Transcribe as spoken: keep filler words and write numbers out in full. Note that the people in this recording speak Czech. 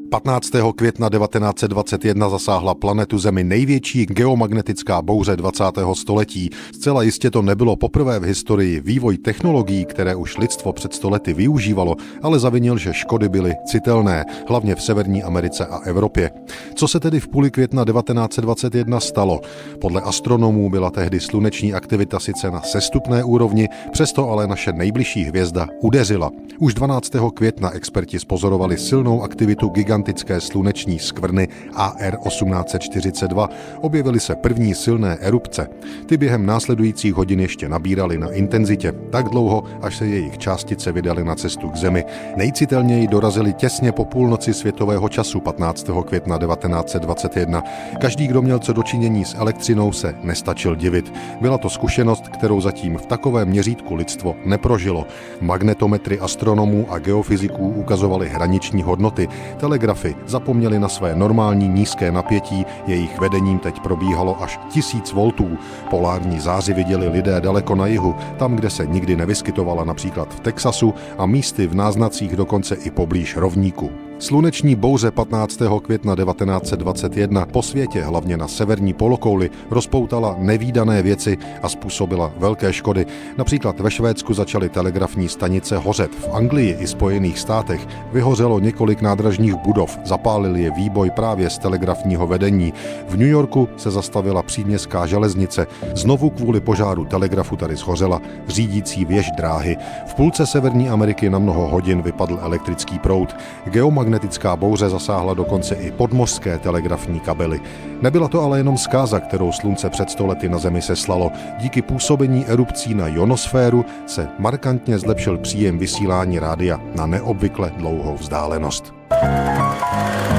patnáctého května devatenáct set dvacet jedna zasáhla planetu Zemi největší geomagnetická bouře dvacátého století. Zcela jistě to nebylo poprvé v historii. Vývoj technologií, které už lidstvo před sto lety využívalo, ale zavinil, že škody byly citelné, hlavně v Severní Americe a Evropě. Co se tedy v půli května devatenáct set dvacet jedna stalo? Podle astronomů byla tehdy sluneční aktivita sice na sestupné úrovni, přesto ale naše nejbližší hvězda udeřila. Už dvanáctého května experti spozorovali silnou aktivitu gigantické sluneční skvrny A R osmnáct set čtyřicet dva. Objevily se první silné erupce. Ty během následujících hodin ještě nabíraly na intenzitě, tak dlouho, až se jejich částice vydaly na cestu k Zemi. Nejcitelněji dorazily těsně po půlnoci světového času patnáctého května devatenáct set dvacet jedna. Každý, kdo měl co dočinění s elektřinou, se nestačil divit. Byla to zkušenost, kterou zatím v takovém měřítku lidstvo neprožilo. Magnetometry astronomů a geofyziků ukazovaly hraniční hodnoty. Telegrafy zapomněly na své normální nízké napětí, jejich vedením teď probíhalo až tisíc voltů. Polární záři viděli lidé daleko na jihu, tam, kde se nikdy nevyskytovala, například v Texasu, a místy v náznacích dokonce i poblíž rovníku. Sluneční bouře patnáctého května devatenáct set dvacet jedna po světě, hlavně na severní polokouli, rozpoutala nevídané věci a způsobila velké škody. Například ve Švédsku začaly telegrafní stanice hořet. V Anglii i Spojených státech vyhořelo několik nádražních budov, zapálil je výboj právě z telegrafního vedení. V New Yorku se zastavila příměstská železnice. Znovu kvůli požáru telegrafu tady shořela řídící věž dráhy. V půlce Severní Ameriky na mnoho hodin vypadl elektrický proud. Geomagnetická Magnetická bouře zasáhla dokonce i podmořské telegrafní kabely. Nebyla to ale jenom zkáza, kterou slunce před sto lety na Zemi seslalo. Díky působení erupcí na ionosféru se markantně zlepšil příjem vysílání rádia na neobvykle dlouhou vzdálenost.